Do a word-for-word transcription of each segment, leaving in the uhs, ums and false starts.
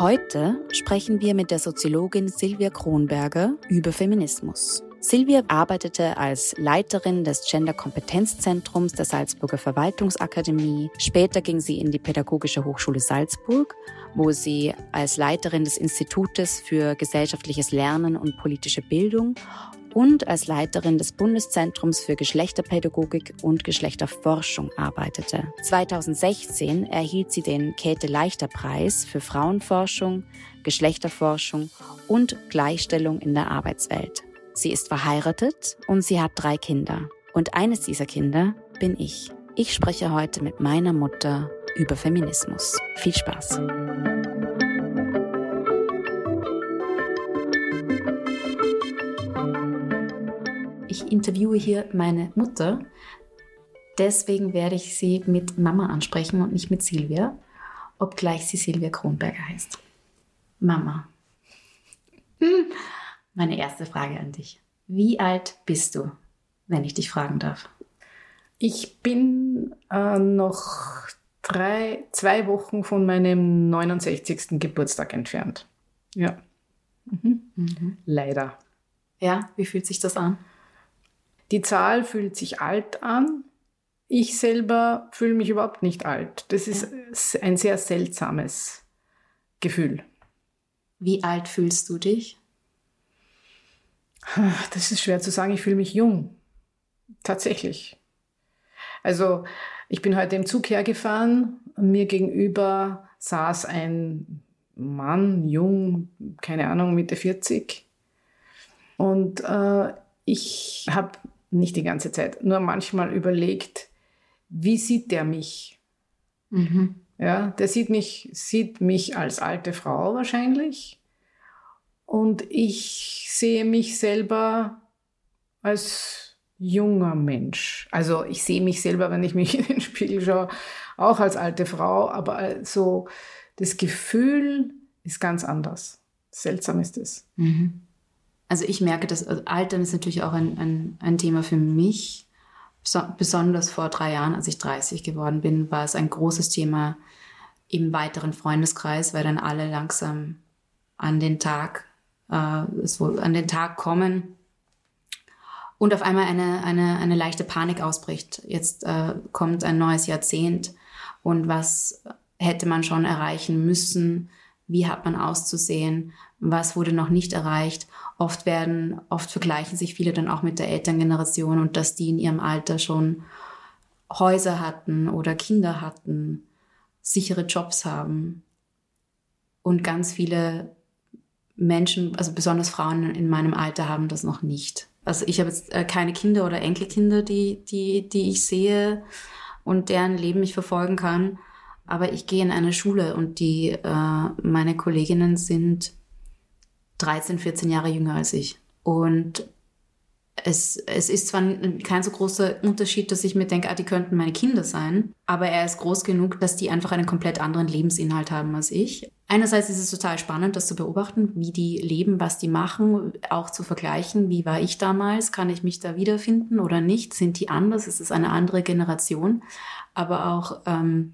Heute sprechen wir mit der Soziologin Silvia Kronberger über Feminismus. Silvia arbeitete als Leiterin des Gender-Kompetenzzentrums der Salzburger Verwaltungsakademie. Später ging sie in die Pädagogische Hochschule Salzburg, wo sie als Leiterin des Institutes für gesellschaftliches Lernen und politische Bildung und als Leiterin des Bundeszentrums für Geschlechterpädagogik und Geschlechterforschung arbeitete. zweitausendsechzehn erhielt sie den Käthe-Leichter-Preis für Frauenforschung, Geschlechterforschung und Gleichstellung in der Arbeitswelt. Sie ist verheiratet und sie hat drei Kinder. Und eines dieser Kinder bin ich. Ich spreche heute mit meiner Mutter über Feminismus. Viel Spaß! Ich interviewe hier meine Mutter. Deswegen werde ich sie mit Mama ansprechen und nicht mit Silvia, obgleich sie Silvia Kronberger heißt. Mama. Hm. Meine erste Frage an dich. Wie alt bist du, wenn ich dich fragen darf? Ich bin äh, noch drei, zwei Wochen von meinem neunundsechzigsten Geburtstag entfernt. Ja. Mhm. Mhm. Leider. Ja, wie fühlt sich das an? Die Zahl fühlt sich alt an. Ich selber fühle mich überhaupt nicht alt. Das ist ja. ein sehr seltsames Gefühl. Wie alt fühlst du dich? Das ist schwer zu sagen. Ich fühle mich jung. Tatsächlich. Also ich bin heute im Zug hergefahren und mir gegenüber saß ein Mann, jung, keine Ahnung, Mitte vierzig. Und äh, ich habe nicht die ganze Zeit, nur manchmal überlegt, wie sieht der mich? Mhm. Ja, der sieht mich, sieht mich als alte Frau wahrscheinlich. Und ich sehe mich selber als junger Mensch. Also ich sehe mich selber, wenn ich mich in den Spiegel schaue, auch als alte Frau. Aber so das Gefühl ist ganz anders. Seltsam ist es. Mhm. Also ich merke, dass also Altern ist natürlich auch ein, ein, ein Thema für mich. Besonders vor drei Jahren, als ich dreißig geworden bin, war es ein großes Thema im weiteren Freundeskreis, weil dann alle langsam an den Tag äh, so an den Tag kommen und auf einmal eine, eine, eine leichte Panik ausbricht. Jetzt äh, kommt ein neues Jahrzehnt und was hätte man schon erreichen müssen? Wie hat man auszusehen? Was wurde noch nicht erreicht? Oft werden, oft vergleichen sich viele dann auch mit der Elterngeneration und dass die in ihrem Alter schon Häuser hatten oder Kinder hatten, sichere Jobs haben. Und ganz viele Menschen, also besonders Frauen in meinem Alter, haben das noch nicht. Also ich habe jetzt keine Kinder oder Enkelkinder, die, die, die ich sehe und deren Leben ich verfolgen kann. Aber ich gehe in eine Schule und die, äh, meine Kolleginnen sind dreizehn, vierzehn Jahre jünger als ich. Und es, es ist zwar kein so großer Unterschied, dass ich mir denke, ah, die könnten meine Kinder sein, aber er ist groß genug, dass die einfach einen komplett anderen Lebensinhalt haben als ich. Einerseits ist es total spannend, das zu beobachten, wie die leben, was die machen, auch zu vergleichen, wie war ich damals, kann ich mich da wiederfinden oder nicht, sind die anders, ist es eine andere Generation, aber auch ähm,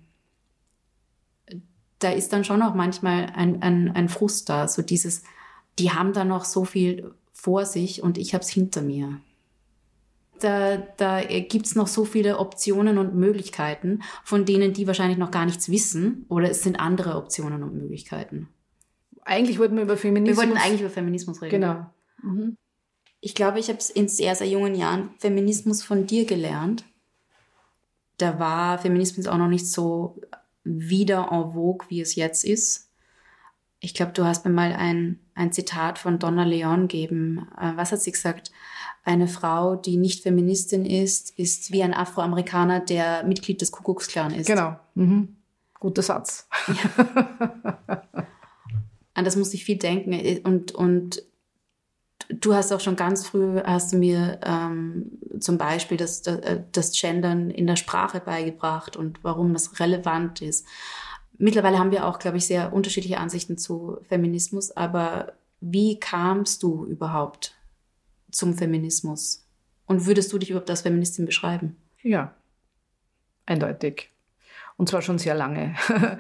da ist dann schon auch manchmal ein, ein, ein Frust da, so dieses, die haben da noch so viel vor sich und ich habe es hinter mir. Da, da gibt es noch so viele Optionen und Möglichkeiten, von denen die wahrscheinlich noch gar nichts wissen, oder es sind andere Optionen und Möglichkeiten. Eigentlich wollten wir über Feminismus... Wir wollten eigentlich über Feminismus reden. Genau. Mhm. Ich glaube, ich habe in sehr, sehr jungen Jahren Feminismus von dir gelernt. Da war Feminismus auch noch nicht so wieder en vogue, wie es jetzt ist. Ich glaube, du hast mir mal ein, ein Zitat von Donna Leon gegeben. Was hat sie gesagt? Eine Frau, die nicht Feministin ist, ist wie ein Afroamerikaner, der Mitglied des Ku Klux Klan ist. Genau. Mhm. Guter Satz. Ja. An das musste ich viel denken. Und, und du hast auch schon ganz früh, hast du mir ähm, zum Beispiel das, das Gendern in der Sprache beigebracht und warum das relevant ist. Mittlerweile haben wir auch, glaube ich, sehr unterschiedliche Ansichten zu Feminismus, aber wie kamst du überhaupt zum Feminismus? Und würdest du dich überhaupt als Feministin beschreiben? Ja, eindeutig. Und zwar schon sehr lange.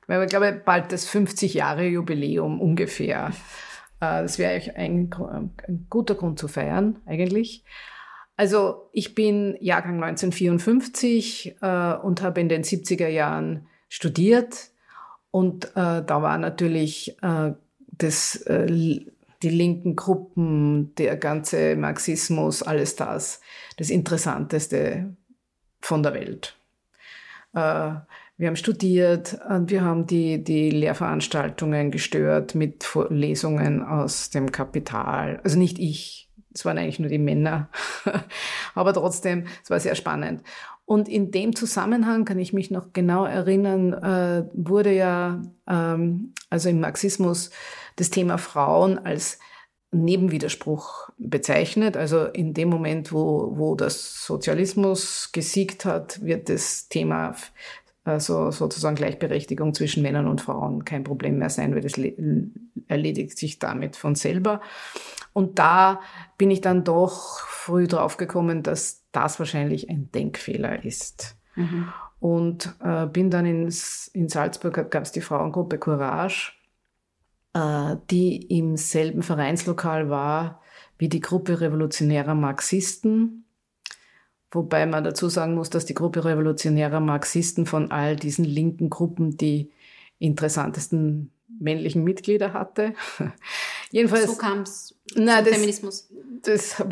Weil ich glaube, bald das fünfzig Jahre Jubiläum ungefähr. Das wäre ein, ein guter Grund zu feiern, eigentlich. Also ich bin Jahrgang neunzehnhundertvierundfünfzig äh, und habe in den siebziger Jahren studiert. Und äh, da war natürlich äh, das, äh, die linken Gruppen, der ganze Marxismus, alles das, das Interessanteste von der Welt. Äh, Wir haben studiert und wir haben die, die Lehrveranstaltungen gestört mit Lesungen aus dem Kapital. Also nicht ich, es waren eigentlich nur die Männer, aber trotzdem, es war sehr spannend. Und in dem Zusammenhang kann ich mich noch genau erinnern, äh, wurde ja ähm, also im Marxismus das Thema Frauen als Nebenwiderspruch bezeichnet. Also in dem Moment, wo, wo das Sozialismus gesiegt hat, wird das Thema also sozusagen Gleichberechtigung zwischen Männern und Frauen kein Problem mehr sein, weil das erledigt sich damit von selber. Und da bin ich dann doch früh drauf gekommen, dass das wahrscheinlich ein Denkfehler ist. Mhm. Und äh, bin dann ins, in Salzburg, gab es die Frauengruppe Courage, äh, die im selben Vereinslokal war wie die Gruppe revolutionärer Marxisten. Wobei man dazu sagen muss, dass die Gruppe revolutionärer Marxisten von all diesen linken Gruppen die interessantesten männlichen Mitglieder hatte. Jedenfalls, so kam es zum das, Feminismus. Das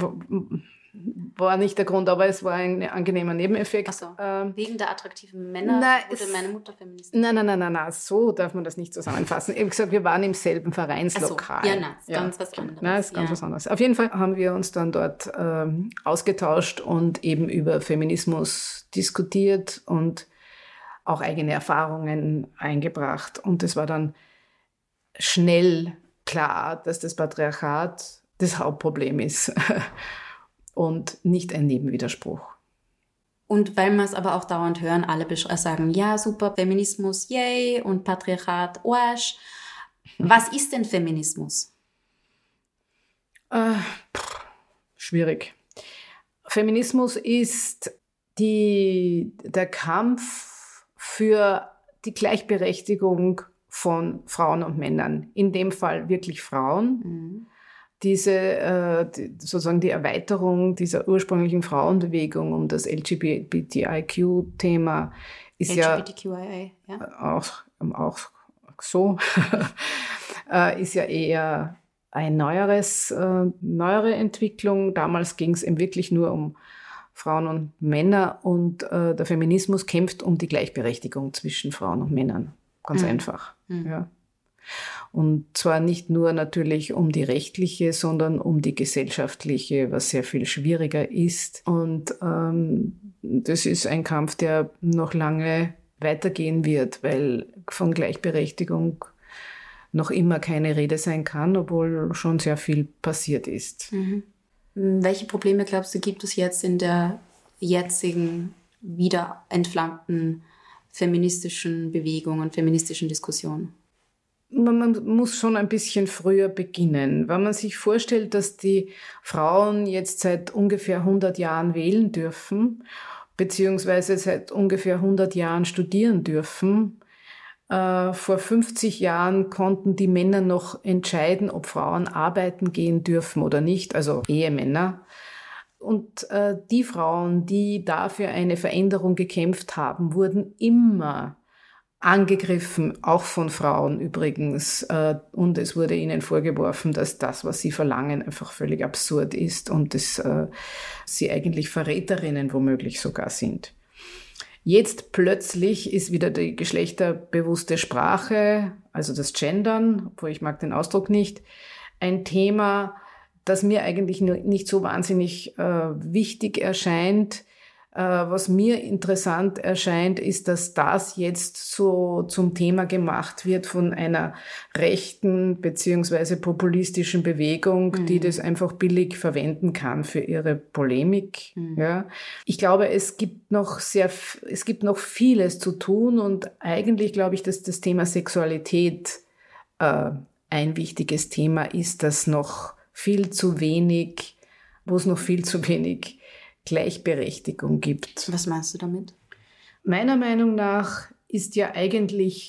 war nicht der Grund, aber es war ein angenehmer Nebeneffekt. Ach so, ähm, wegen der attraktiven Männer na, wurde es, meine Mutter Feministin. Nein, nein, nein, nein, nein, so darf man das nicht zusammenfassen. Ich habe gesagt, wir waren im selben Vereinslokal. Ach so, ja, nein, ist ja. ganz was anderes. Nein, ist ganz ja. was anderes. Auf jeden Fall haben wir uns dann dort ähm, ausgetauscht und eben über Feminismus diskutiert und auch eigene Erfahrungen eingebracht. Und es war dann schnell klar, dass das Patriarchat das Hauptproblem ist. Und nicht ein Nebenwiderspruch. Und weil wir es aber auch dauernd hören, alle sagen, ja, super, Feminismus, yay, und Patriarchat, Arsch. Was ist denn Feminismus? Äh, pff, schwierig. Feminismus ist die, der Kampf für die Gleichberechtigung von Frauen und Männern. In dem Fall wirklich Frauen. Mhm. Diese, äh, die, sozusagen die Erweiterung dieser ursprünglichen Frauenbewegung um das L G B T I Q-Thema ist L G B T Q I A, ja, ja auch, auch so, äh, ist ja eher ein neueres, äh, neuere Entwicklung. Damals ging es eben wirklich nur um Frauen und Männer und äh, der Feminismus kämpft um die Gleichberechtigung zwischen Frauen und Männern. Ganz mhm. einfach, mhm. ja. Und zwar nicht nur natürlich um die rechtliche, sondern um die gesellschaftliche, was sehr viel schwieriger ist. Und ähm, das ist ein Kampf, der noch lange weitergehen wird, weil von Gleichberechtigung noch immer keine Rede sein kann, obwohl schon sehr viel passiert ist. Mhm. Welche Probleme, glaubst du, gibt es jetzt in der jetzigen, wieder entflammten feministischen Bewegung und feministischen Diskussion? Man muss schon ein bisschen früher beginnen. Wenn man sich vorstellt, dass die Frauen jetzt seit ungefähr hundert Jahren wählen dürfen, beziehungsweise seit ungefähr hundert Jahren studieren dürfen. Äh, vor fünfzig Jahren konnten die Männer noch entscheiden, ob Frauen arbeiten gehen dürfen oder nicht, also Ehemänner. Und äh, die Frauen, die dafür eine Veränderung gekämpft haben, wurden immer angegriffen, auch von Frauen übrigens. Und es wurde ihnen vorgeworfen, dass das, was sie verlangen, einfach völlig absurd ist und dass äh, sie eigentlich Verräterinnen womöglich sogar sind. Jetzt plötzlich ist wieder die geschlechterbewusste Sprache, also das Gendern, obwohl ich mag den Ausdruck nicht, ein Thema, das mir eigentlich nicht so wahnsinnig äh, wichtig erscheint. Was mir interessant erscheint, ist, dass das jetzt so zum Thema gemacht wird von einer rechten beziehungsweise populistischen Bewegung, mhm. die das einfach billig verwenden kann für ihre Polemik. Mhm. Ja. Ich glaube, es gibt noch sehr, es gibt noch vieles zu tun und eigentlich glaube ich, dass das Thema Sexualität äh, ein wichtiges Thema ist, das noch viel zu wenig, wo es noch viel zu wenig Gleichberechtigung gibt. Was meinst du damit? Meiner Meinung nach ist ja eigentlich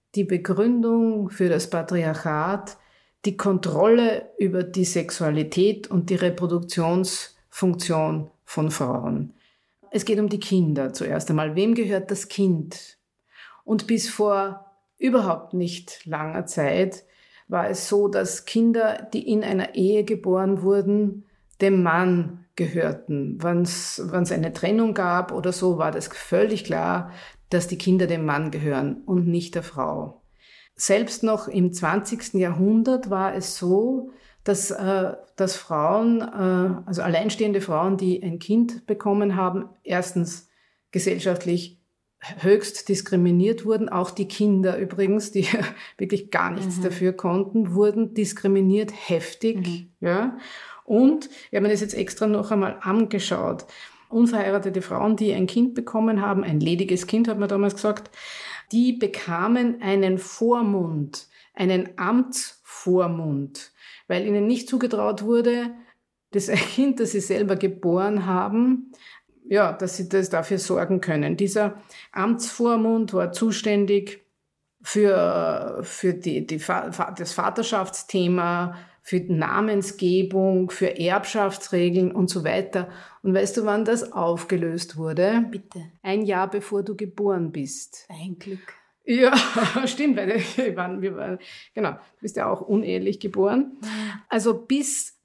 die Begründung für das Patriarchat die Kontrolle über die Sexualität und die Reproduktionsfunktion von Frauen. Es geht um die Kinder zuerst einmal. Wem gehört das Kind? Und bis vor überhaupt nicht langer Zeit war es so, dass Kinder, die in einer Ehe geboren wurden, dem Mann gehörten. Wenn es eine Trennung gab oder so, war das völlig klar, dass die Kinder dem Mann gehören und nicht der Frau. Selbst noch im zwanzigsten Jahrhundert war es so, dass, äh, dass Frauen, äh, also alleinstehende Frauen, die ein Kind bekommen haben, erstens gesellschaftlich höchst diskriminiert wurden. Auch die Kinder übrigens, die wirklich gar nichts mhm. dafür konnten, wurden diskriminiert, heftig. Mhm. Ja. Und ich habe mir das jetzt extra noch einmal angeschaut. Unverheiratete Frauen, die ein Kind bekommen haben, ein lediges Kind, hat man damals gesagt, die bekamen einen Vormund, einen Amtsvormund, weil ihnen nicht zugetraut wurde, das Kind, das sie selber geboren haben, ja, dass sie das dafür sorgen können. Dieser Amtsvormund war zuständig für, für die, die, das Vaterschaftsthema, für Namensgebung, für Erbschaftsregeln und so weiter. Und weißt du, wann das aufgelöst wurde? Bitte. Ein Jahr bevor du geboren bist. Ein Glück. Ja, stimmt, weil wir waren, wir waren, genau, du bist ja auch unehelich geboren. Also bis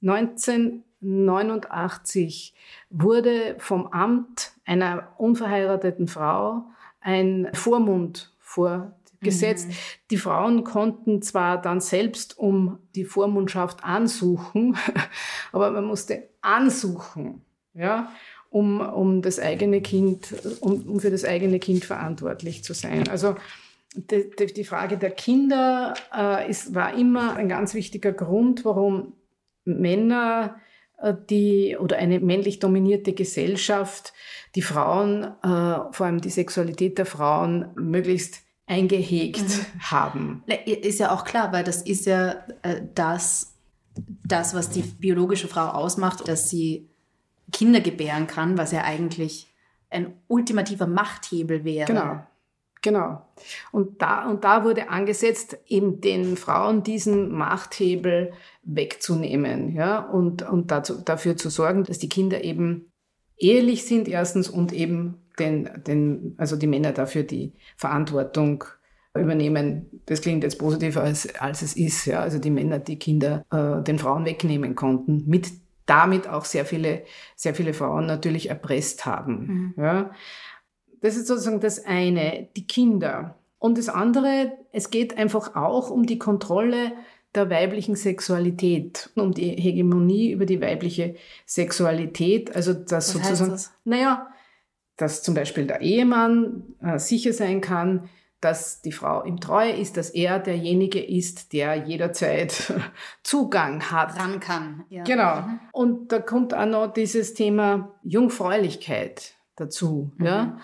neunzehnhundertneunundachtzig wurde vom Amt einer unverheirateten Frau ein Vormund vorgesetzt. Mhm. Die Frauen konnten zwar dann selbst um die Vormundschaft ansuchen, aber man musste ansuchen, ja, um, um das eigene Kind, um, um für das eigene Kind verantwortlich zu sein. Also die, die Frage der Kinder äh, ist, war immer ein ganz wichtiger Grund, warum Männer die oder eine männlich dominierte Gesellschaft die Frauen, äh, vor allem die Sexualität der Frauen, möglichst eingehegt mhm. haben. Ist ja auch klar, weil das ist ja äh, das, das, was die biologische Frau ausmacht, dass sie Kinder gebären kann, was ja eigentlich ein ultimativer Machthebel wäre. Genau. Genau. Und da, und da wurde angesetzt, eben den Frauen diesen Machthebel wegzunehmen, ja, und, und dazu, dafür zu sorgen, dass die Kinder eben ehelich sind, erstens, und eben den, den, also die Männer dafür die Verantwortung übernehmen. Das klingt jetzt positiver als, als es ist, ja. Also die Männer, die Kinder äh, den Frauen wegnehmen konnten, mit damit auch sehr viele, sehr viele Frauen natürlich erpresst haben, mhm. ja. Das ist sozusagen das eine, die Kinder. Und das andere, es geht einfach auch um die Kontrolle der weiblichen Sexualität, um die Hegemonie über die weibliche Sexualität. Also das Was sozusagen, heißt das? Naja, dass zum Beispiel der Ehemann äh, sicher sein kann, dass die Frau ihm treu ist, dass er derjenige ist, der jederzeit Zugang hat. Ran kann. Ja. Genau. Mhm. Und da kommt auch noch dieses Thema Jungfräulichkeit dazu, mhm. ja.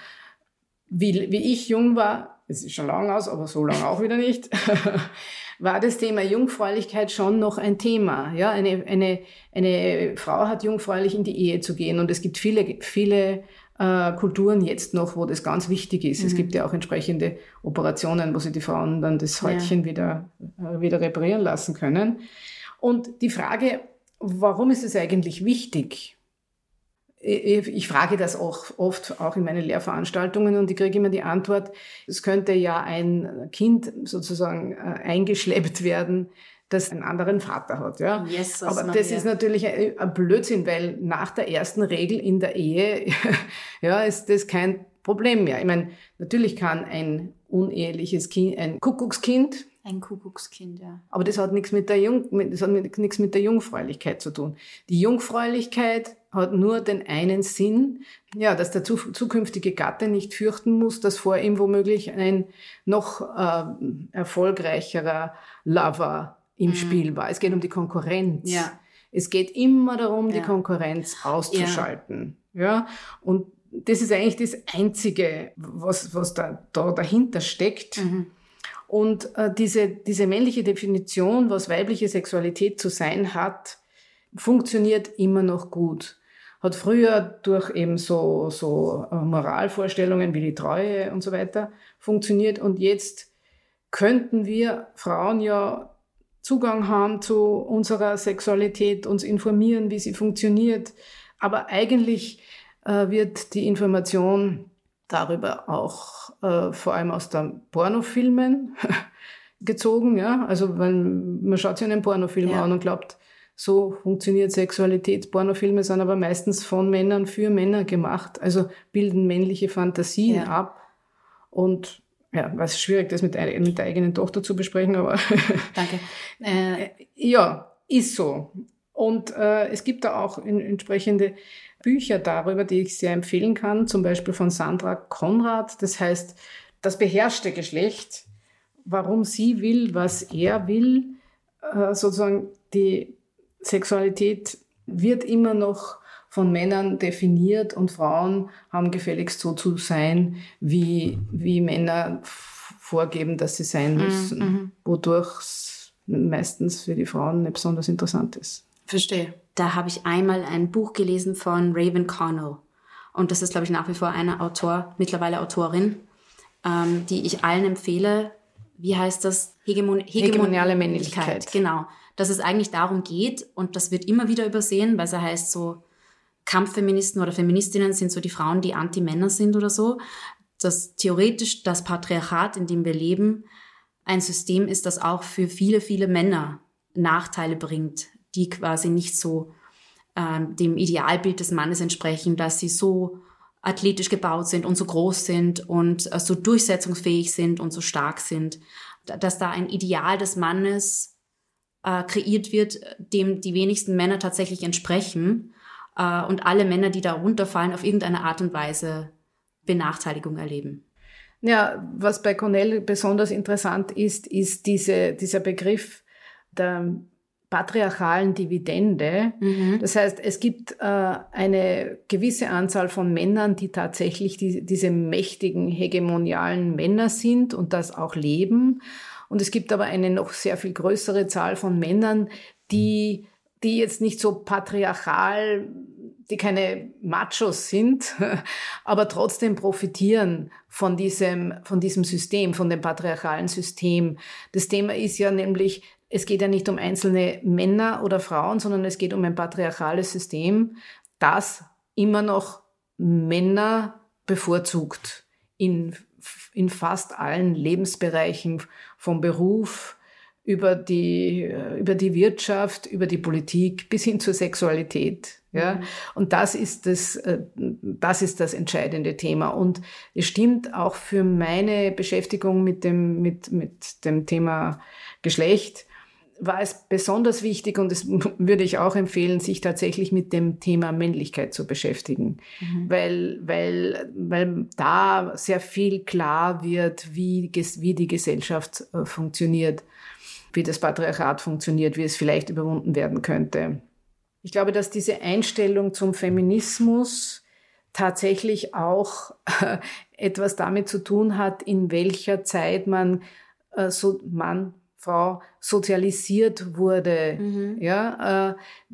Wie, wie ich jung war, es ist schon lang aus, aber so lange auch wieder nicht, war das Thema Jungfräulichkeit schon noch ein Thema. Ja, eine, eine, eine Frau hat jungfräulich in die Ehe zu gehen, und es gibt viele, viele äh, Kulturen jetzt noch, wo das ganz wichtig ist. Mhm. Es gibt ja auch entsprechende Operationen, wo sie die Frauen dann das Häutchen ja. wieder, äh, wieder reparieren lassen können. Und die Frage, warum ist es eigentlich wichtig? Ich frage das auch oft auch in meinen Lehrveranstaltungen, und ich kriege immer die Antwort, es könnte ja ein Kind sozusagen eingeschleppt werden, das einen anderen Vater hat. Ja? Yes, aber das ist natürlich ein Blödsinn, weil nach der ersten Regel in der Ehe ja, ist das kein Problem mehr. Ich meine, natürlich kann ein uneheliches Kind, ein Kuckuckskind, Ein Kuckuckskind, ja. Aber das hat nichts mit der Jung, das hat nichts mit der Jungfräulichkeit zu tun. Die Jungfräulichkeit hat nur den einen Sinn, ja, dass der zukünftige Gatte nicht fürchten muss, dass vor ihm womöglich ein noch äh, erfolgreicherer Lover im mhm. Spiel war. Es geht um die Konkurrenz. Ja. Es geht immer darum, die ja. Konkurrenz auszuschalten. Ja. ja. Und das ist eigentlich das Einzige, was, was da, da dahinter steckt. Mhm. Und äh, diese, diese männliche Definition, was weibliche Sexualität zu sein hat, funktioniert immer noch gut. Hat früher durch eben so, so äh, Moralvorstellungen wie die Treue und so weiter funktioniert. Und jetzt könnten wir Frauen ja Zugang haben zu unserer Sexualität, uns informieren, wie sie funktioniert. Aber eigentlich äh, wird die Information darüber auch äh, vor allem aus den Pornofilmen gezogen. Ja? Also wenn, man schaut sich einen Pornofilm ja. an und glaubt, so funktioniert Sexualität. Pornofilme sind aber meistens von Männern für Männer gemacht, also bilden männliche Fantasien ja. ab. Und ja, es ist schwierig, das mit, mit der eigenen Tochter zu besprechen, aber danke. Äh, ja, ist so. Und äh, es gibt da auch in, entsprechende Bücher darüber, die ich sehr empfehlen kann, zum Beispiel von Sandra Konrad. Das heißt, das beherrschte Geschlecht, warum sie will, was er will, äh, sozusagen die Sexualität wird immer noch von Männern definiert und Frauen haben gefälligst so zu sein, wie, wie Männer f- vorgeben, dass sie sein müssen, mm-hmm. wodurch es meistens für die Frauen nicht besonders interessant ist. Verstehe. Da habe ich einmal ein Buch gelesen von Raven Connell und das ist, glaube ich, nach wie vor eine Autor, mittlerweile Autorin, ähm, die ich allen empfehle. Wie heißt das? Hegemon- Hegemoniale Männlichkeit. Genau. Dass es eigentlich darum geht und das wird immer wieder übersehen, weil es heißt so, Kampffeministen oder Feministinnen sind so die Frauen, die Anti-Männer sind oder so, dass theoretisch das Patriarchat, in dem wir leben, ein System ist, das auch für viele, viele Männer Nachteile bringt, die quasi nicht so ähm, dem Idealbild des Mannes entsprechen, dass sie so athletisch gebaut sind und so groß sind und äh, so durchsetzungsfähig sind und so stark sind, dass da ein Ideal des Mannes äh, kreiert wird, dem die wenigsten Männer tatsächlich entsprechen. Und alle Männer, die da runterfallen, auf irgendeine Art und Weise Benachteiligung erleben. Ja, was bei Connell besonders interessant ist, ist diese, dieser Begriff der patriarchalen Dividende. Mhm. Das heißt, es gibt äh, eine gewisse Anzahl von Männern, die tatsächlich die, diese mächtigen, hegemonialen Männer sind und das auch leben. Und es gibt aber eine noch sehr viel größere Zahl von Männern, die die jetzt nicht so patriarchal, die keine Machos sind, aber trotzdem profitieren von diesem, von diesem System, von dem patriarchalen System. Das Thema ist ja nämlich, es geht ja nicht um einzelne Männer oder Frauen, sondern es geht um ein patriarchales System, das immer noch Männer bevorzugt in, in fast allen Lebensbereichen, vom Beruf über die, über die Wirtschaft, über die Politik bis hin zur Sexualität. Ja? Mhm. Und das ist das, das ist das entscheidende Thema. Und es stimmt auch für meine Beschäftigung mit dem, mit, mit dem Thema Geschlecht, war es besonders wichtig, und das würde ich auch empfehlen, sich tatsächlich mit dem Thema Männlichkeit zu beschäftigen, mhm. weil, weil, weil da sehr viel klar wird, wie, wie die Gesellschaft funktioniert, wie das Patriarchat funktioniert, wie es vielleicht überwunden werden könnte. Ich glaube, dass diese Einstellung zum Feminismus tatsächlich auch äh, etwas damit zu tun hat, in welcher Zeit man, äh, so Mann, Frau sozialisiert wurde. Mhm. Ja, äh,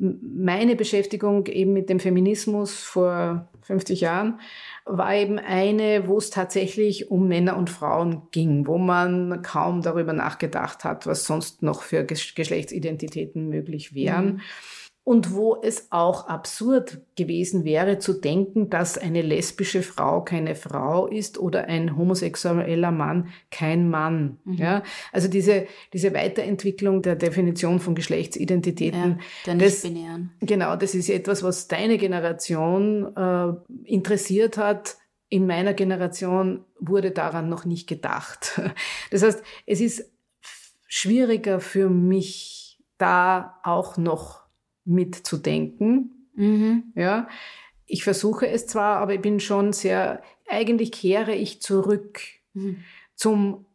meine Beschäftigung eben mit dem Feminismus vor fünfzig Jahren war eben eine, wo es tatsächlich um Männer und Frauen ging, wo man kaum darüber nachgedacht hat, was sonst noch für Geschlechtsidentitäten möglich wären. Mhm. Und wo es auch absurd gewesen wäre zu denken, dass eine lesbische Frau keine Frau ist oder ein homosexueller Mann kein Mann. Mhm. Ja, also diese, diese Weiterentwicklung der Definition von Geschlechtsidentitäten. Ja, der Nicht-Binären. Genau, das ist etwas, was deine Generation äh, interessiert hat. In meiner Generation wurde daran noch nicht gedacht. Das heißt, es ist schwieriger für mich, da auch noch mitzudenken. Mhm. Ja, ich versuche es zwar, aber ich bin schon sehr, eigentlich kehre ich zurück mhm. zum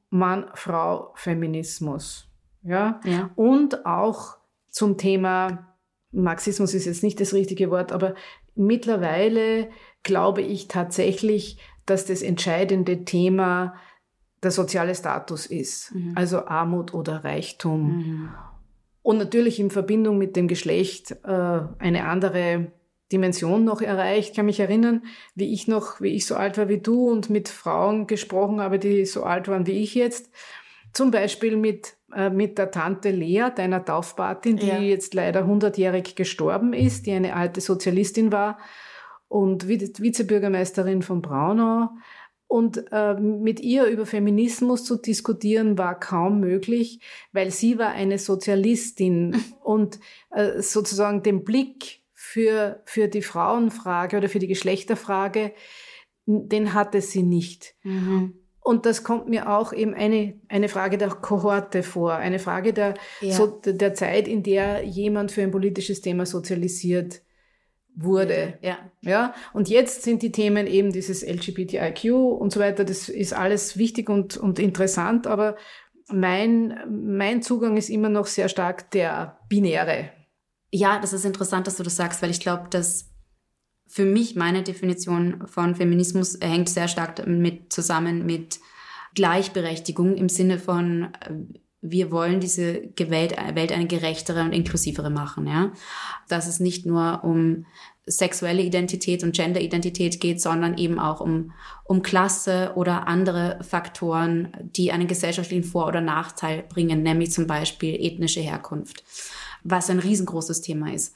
Mann-Frau-Feminismus. Ja? Ja, und auch zum Thema, Marxismus ist jetzt nicht das richtige Wort, aber mittlerweile glaube ich tatsächlich, dass das entscheidende Thema der soziale Status ist. Mhm. Also Armut oder Reichtum. Mhm. Und natürlich in Verbindung mit dem Geschlecht äh, eine andere Dimension noch erreicht. Ich kann mich erinnern, wie ich noch, wie ich so alt war wie du und mit Frauen gesprochen habe, die so alt waren wie ich jetzt. Zum Beispiel mit, äh, mit der Tante Lea, deiner Taufpatin, die ja. jetzt leider hundertjährig gestorben ist, die eine alte Sozialistin war und Vizebürgermeisterin von Braunau. Und äh, mit ihr über Feminismus zu diskutieren, war kaum möglich, weil sie war eine Sozialistin und äh, sozusagen den Blick für, für die Frauenfrage oder für die Geschlechterfrage, den hatte sie nicht. Mhm. Und das kommt mir auch eben eine, eine Frage der Kohorte vor, eine Frage der, ja. so, der Zeit, in der jemand für ein politisches Thema sozialisiert wurde. Ja. Ja. Und jetzt sind die Themen eben dieses L G B T I Q und so weiter, das ist alles wichtig und, und interessant, aber mein, mein Zugang ist immer noch sehr stark der binäre. Ja, das ist interessant, dass du das sagst, weil ich glaube, dass für mich meine Definition von Feminismus hängt sehr stark mit zusammen mit Gleichberechtigung im Sinne von, wir wollen diese Welt, Welt eine gerechtere und inklusivere machen, ja. Dass es nicht nur um sexuelle Identität und Genderidentität geht, sondern eben auch um, um Klasse oder andere Faktoren, die einen gesellschaftlichen Vor- oder Nachteil bringen, nämlich zum Beispiel ethnische Herkunft, was ein riesengroßes Thema ist.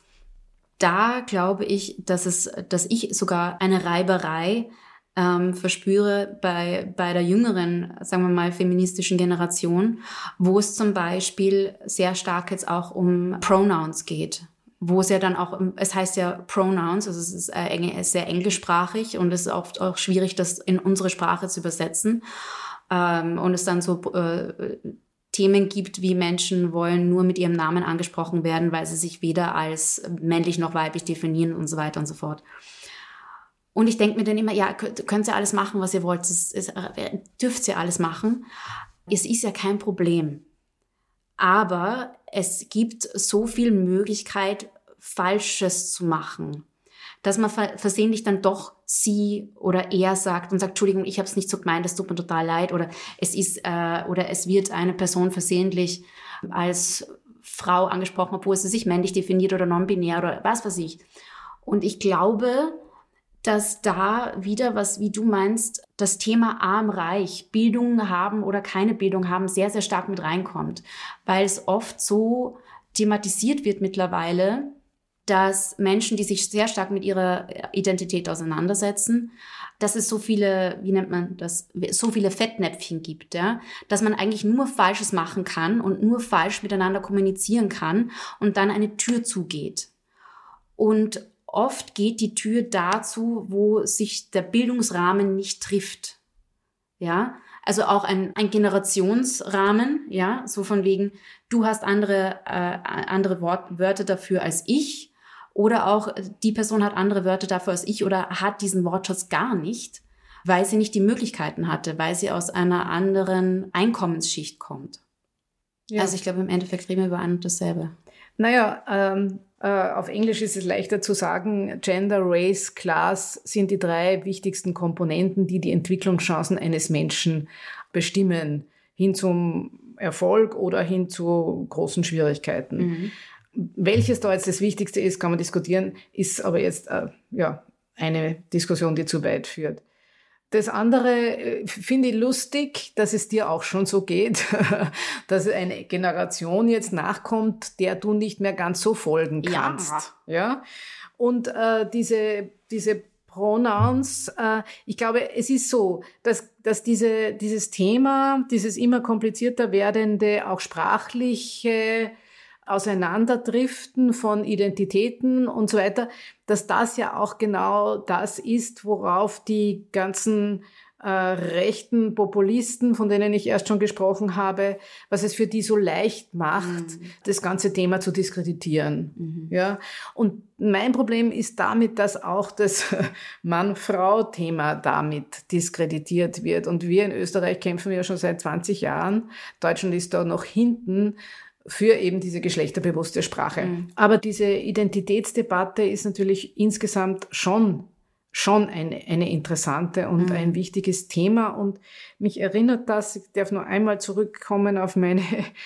Da glaube ich, dass es, dass ich sogar eine Reiberei ähm, verspüre bei, bei der jüngeren, sagen wir mal, feministischen Generation, wo es zum Beispiel sehr stark jetzt auch um Pronouns geht, wo es ja dann auch, es heißt ja Pronouns, also es ist äh, sehr englischsprachig und es ist oft auch schwierig, das in unsere Sprache zu übersetzen ähm, und es dann so äh, Themen gibt, wie Menschen wollen nur mit ihrem Namen angesprochen werden, weil sie sich weder als männlich noch weiblich definieren und so weiter und so fort. Und ich denke mir dann immer, ja, könnt ihr alles machen, was ihr wollt, es, es, dürft ihr alles machen. Es ist ja kein Problem. Aber es gibt so viel Möglichkeit, Falsches zu machen, dass man versehentlich dann doch sie oder er sagt und sagt, Entschuldigung, ich habe es nicht so gemeint, das tut mir total leid, oder es ist äh, oder es wird eine Person versehentlich als Frau angesprochen, obwohl sie sich männlich definiert oder non-binär oder was weiß ich. Und ich glaube, dass da wieder, was wie du meinst, das Thema arm-reich, Bildung haben oder keine Bildung haben, sehr, sehr stark mit reinkommt, weil es oft so thematisiert wird mittlerweile, dass Menschen, die sich sehr stark mit ihrer Identität auseinandersetzen, dass es so viele, wie nennt man das, so viele Fettnäpfchen gibt, ja, dass man eigentlich nur Falsches machen kann und nur falsch miteinander kommunizieren kann und dann eine Tür zugeht. Und oft geht die Tür dazu, wo sich der Bildungsrahmen nicht trifft, ja. Also auch ein, ein Generationsrahmen, ja, so von wegen, du hast andere, äh, andere Wort, Wörter dafür als ich. Oder auch, die Person hat andere Wörter dafür als ich oder hat diesen Wortschatz gar nicht, weil sie nicht die Möglichkeiten hatte, weil sie aus einer anderen Einkommensschicht kommt. Ja. Also ich glaube, im Endeffekt reden wir über ein und dasselbe. Naja, ähm, äh, auf Englisch ist es leichter zu sagen, Gender, Race, Class sind die drei wichtigsten Komponenten, die die Entwicklungschancen eines Menschen bestimmen, hin zum Erfolg oder hin zu großen Schwierigkeiten. Mhm. Welches da jetzt das Wichtigste ist, kann man diskutieren, ist aber jetzt äh, ja eine Diskussion, die zu weit führt. Das andere äh, finde ich lustig, dass es dir auch schon so geht, dass eine Generation jetzt nachkommt, der du nicht mehr ganz so folgen kannst. Ja. Ja? Und äh, diese, diese Pronouns, äh, ich glaube, es ist so, dass, dass diese, dieses Thema, dieses immer komplizierter werdende, auch sprachliche Auseinanderdriften von Identitäten und so weiter, dass das ja auch genau das ist, worauf die ganzen äh, rechten Populisten, von denen ich erst schon gesprochen habe, was es für die so leicht macht, mhm. das ganze Thema zu diskreditieren. Mhm. Ja? Und mein Problem ist damit, dass auch das Mann-Frau-Thema damit diskreditiert wird. Und wir in Österreich kämpfen ja schon seit zwanzig Jahren. Deutschland ist da noch hinten für eben diese geschlechterbewusste Sprache. Mhm. Aber diese Identitätsdebatte ist natürlich insgesamt schon, schon eine, eine interessante und mhm. ein wichtiges Thema. Und mich erinnert das, ich darf nur einmal zurückkommen auf meine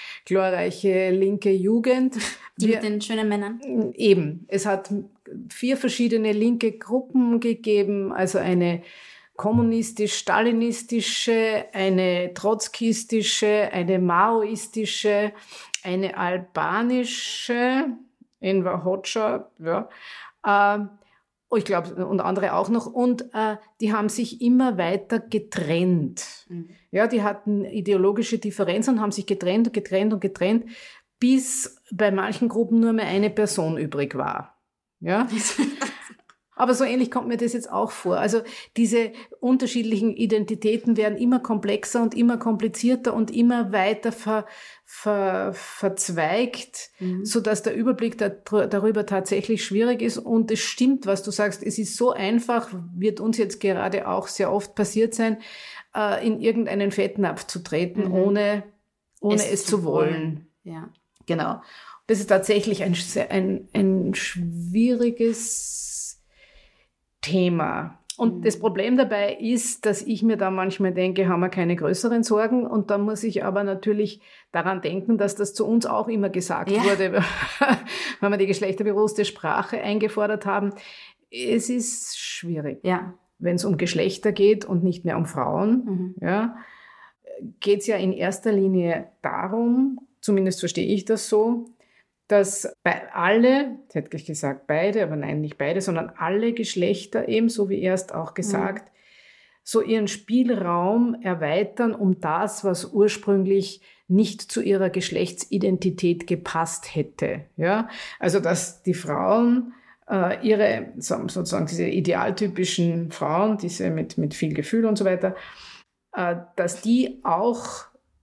glorreiche linke Jugend. Die Wir, mit den schönen Männern? Eben. Es hat vier verschiedene linke Gruppen gegeben, also eine kommunistisch-stalinistische, eine trotzkistische, eine maoistische, eine albanische, Enver Hoxha, ja, äh, ich glaube, und andere auch noch. Und äh, die haben sich immer weiter getrennt. Mhm. Ja, die hatten ideologische Differenzen und haben sich getrennt und getrennt und getrennt, bis bei manchen Gruppen nur mehr eine Person übrig war. Ja. Aber so ähnlich kommt mir das jetzt auch vor. Also diese unterschiedlichen Identitäten werden immer komplexer und immer komplizierter und immer weiter ver, ver, verzweigt, mhm. sodass der Überblick da, darüber tatsächlich schwierig ist. Und es stimmt, was du sagst, es ist so einfach, wird uns jetzt gerade auch sehr oft passiert sein, äh, in irgendeinen Fettnapf zu treten, mhm. ohne, ohne es, es zu wollen. wollen. Ja. Genau. Das ist tatsächlich ein, ein, ein schwieriges Thema. Und mhm. das Problem dabei ist, dass ich mir da manchmal denke, haben wir keine größeren Sorgen. Und da muss ich aber natürlich daran denken, dass das zu uns auch immer gesagt ja. wurde, wenn wir die geschlechterbewusste Sprache eingefordert haben. Es ist schwierig. Ja. Wenn es um Geschlechter geht und nicht mehr um Frauen, mhm. ja, geht es ja in erster Linie darum, zumindest verstehe ich das so, dass bei alle, jetzt hätte ich gesagt beide, aber nein, nicht beide, sondern alle Geschlechter, ebenso wie erst auch gesagt, mhm. so ihren Spielraum erweitern, um das, was ursprünglich nicht zu ihrer Geschlechtsidentität gepasst hätte. Ja? Also, dass die Frauen äh, ihre, sozusagen diese idealtypischen Frauen, diese mit, mit viel Gefühl und so weiter, äh, dass die auch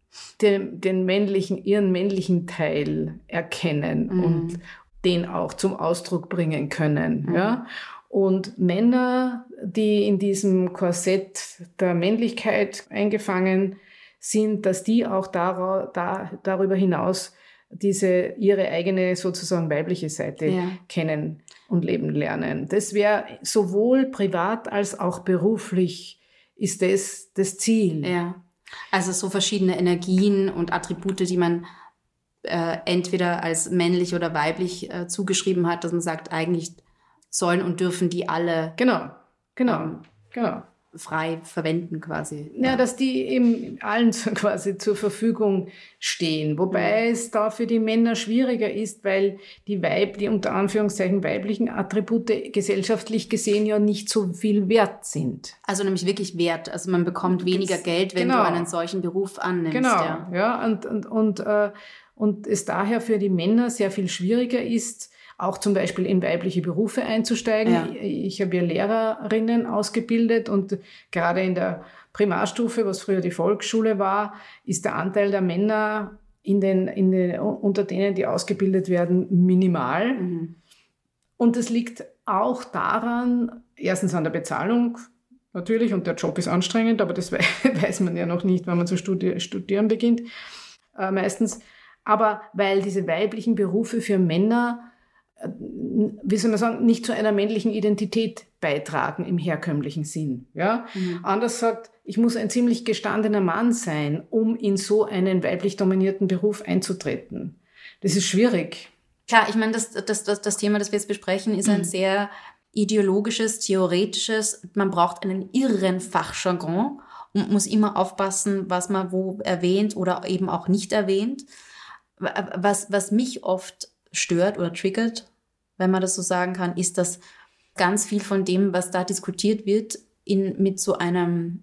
Den, den männlichen, ihren männlichen Teil erkennen mhm. und den auch zum Ausdruck bringen können. Mhm. Ja? Und Männer, die in diesem Korsett der Männlichkeit eingefangen sind, dass die auch dar- da, darüber hinaus diese, ihre eigene sozusagen weibliche Seite ja. kennen und leben lernen. Das wäre sowohl privat als auch beruflich ist das das Ziel. Ja. Also so verschiedene Energien und Attribute, die man äh, entweder als männlich oder weiblich äh, zugeschrieben hat, dass man sagt, eigentlich sollen und dürfen die alle genau, genau, ähm, genau. frei verwenden quasi. Ja, ja, dass die eben allen quasi zur Verfügung stehen. Wobei mhm. es da für die Männer schwieriger ist, weil die Weib, die unter Anführungszeichen weiblichen Attribute gesellschaftlich gesehen ja nicht so viel wert sind. Also nämlich wirklich wert. Also man bekommt weniger Geld, wenn genau. du einen solchen Beruf annimmst. Genau, ja, ja und, und, und, äh, und es daher für die Männer sehr viel schwieriger ist, auch zum Beispiel in weibliche Berufe einzusteigen. Ja. Ich, ich habe ja Lehrerinnen ausgebildet und gerade in der Primarstufe, was früher die Volksschule war, ist der Anteil der Männer in den, in den, unter denen, die ausgebildet werden, minimal. Mhm. Und das liegt auch daran, erstens an der Bezahlung natürlich, und der Job ist anstrengend, aber das weiß man ja noch nicht, wenn man zu studi- studieren beginnt, äh, meistens. Aber weil diese weiblichen Berufe für Männer, wie soll man sagen, nicht zu einer männlichen Identität beitragen im herkömmlichen Sinn. Ja? Mhm. Anders sagt, ich muss ein ziemlich gestandener Mann sein, um in so einen weiblich dominierten Beruf einzutreten. Das ist schwierig. Klar, ich meine, das, das, das, das Thema, das wir jetzt besprechen, ist ein mhm. sehr ideologisches, theoretisches. Man braucht einen irren Fachjargon und muss immer aufpassen, was man wo erwähnt oder eben auch nicht erwähnt. Was, was mich oft stört oder triggert, wenn man das so sagen kann, ist, dass ganz viel von dem, was da diskutiert wird, in, mit so einem,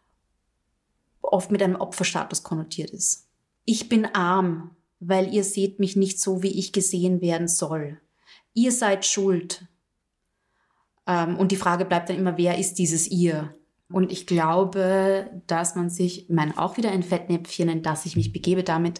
oft mit einem Opferstatus konnotiert ist. Ich bin arm, weil ihr seht mich nicht so, wie ich gesehen werden soll. Ihr seid schuld. Ähm, und die Frage bleibt dann immer, wer ist dieses ihr? Und ich glaube, dass man sich, ich meine, auch wieder ein Fettnäpfchen, in das ich mich begebe damit,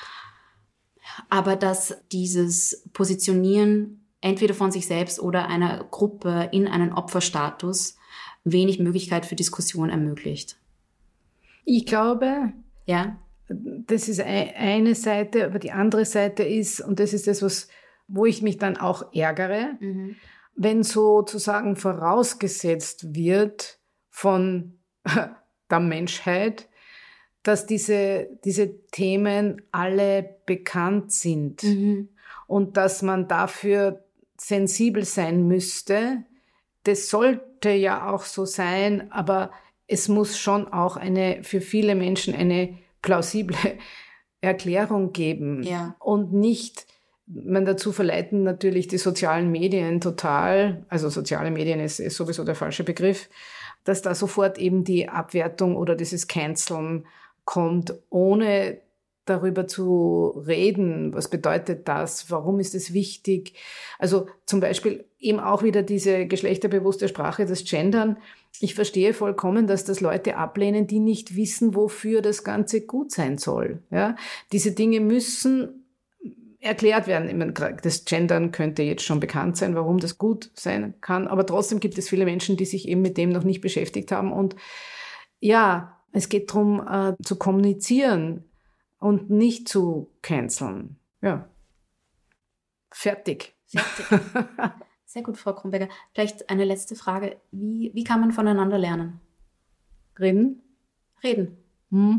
aber dass dieses Positionieren entweder von sich selbst oder einer Gruppe in einen Opferstatus wenig Möglichkeit für Diskussion ermöglicht. Ich glaube, ja, das ist eine Seite, aber die andere Seite ist, und das ist das, was, wo ich mich dann auch ärgere, mhm. wenn sozusagen vorausgesetzt wird von der Menschheit, dass diese, diese Themen alle bekannt sind mhm. und dass man dafür sensibel sein müsste. Das sollte ja auch so sein, aber es muss schon auch eine, für viele Menschen eine plausible Erklärung geben. Ja. Und nicht, man dazu verleiten natürlich die sozialen Medien total, also soziale Medien ist, ist sowieso der falsche Begriff, dass da sofort eben die Abwertung oder dieses Canceln kommt, ohne darüber zu reden, was bedeutet das, warum ist es wichtig. Also zum Beispiel eben auch wieder diese geschlechterbewusste Sprache, das Gendern. Ich verstehe vollkommen, dass das Leute ablehnen, die nicht wissen, wofür das Ganze gut sein soll. Ja? Diese Dinge müssen erklärt werden. Ich meine, das Gendern könnte jetzt schon bekannt sein, warum das gut sein kann, aber trotzdem gibt es viele Menschen, die sich eben mit dem noch nicht beschäftigt haben. Und ja, es geht darum, äh, zu kommunizieren und nicht zu canceln. Ja. Fertig. Fertig. Sehr gut, Frau Kronberger. Vielleicht eine letzte Frage. Wie, wie kann man voneinander lernen? Reden? Reden. Hm.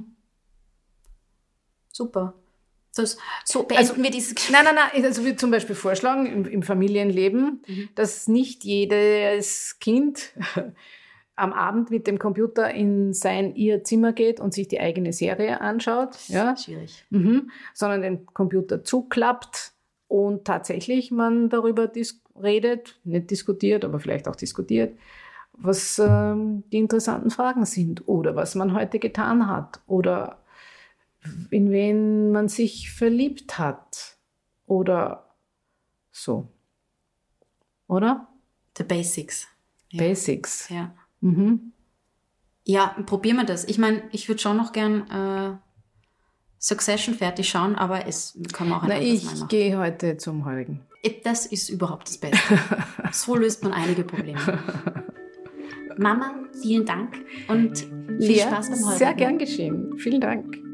Super. Das, so beenden also, wir dieses Gespräch. Nein, nein, nein. Also wir zum Beispiel vorschlagen im, im Familienleben, mhm. dass nicht jedes Kind am Abend mit dem Computer in sein, ihr Zimmer geht und sich die eigene Serie anschaut. Ja? Schwierig. Mhm. Sondern den Computer zuklappt und tatsächlich man darüber dis- redet, nicht diskutiert, aber vielleicht auch diskutiert, was ähm, die interessanten Fragen sind oder was man heute getan hat oder in wen man sich verliebt hat oder so. Oder? The Basics. Ja. Basics. Ja. Mhm. Ja, probieren wir das. Ich meine, ich würde schon noch gern äh, Succession fertig schauen, aber es kann man auch ein Na, anderes Mal machen. Ich gehe heute zum Heurigen. Das ist überhaupt das Beste. So löst man einige Probleme. Mama, vielen Dank und viel ja, Spaß beim Heurigen. Sehr gern geschehen. Vielen Dank.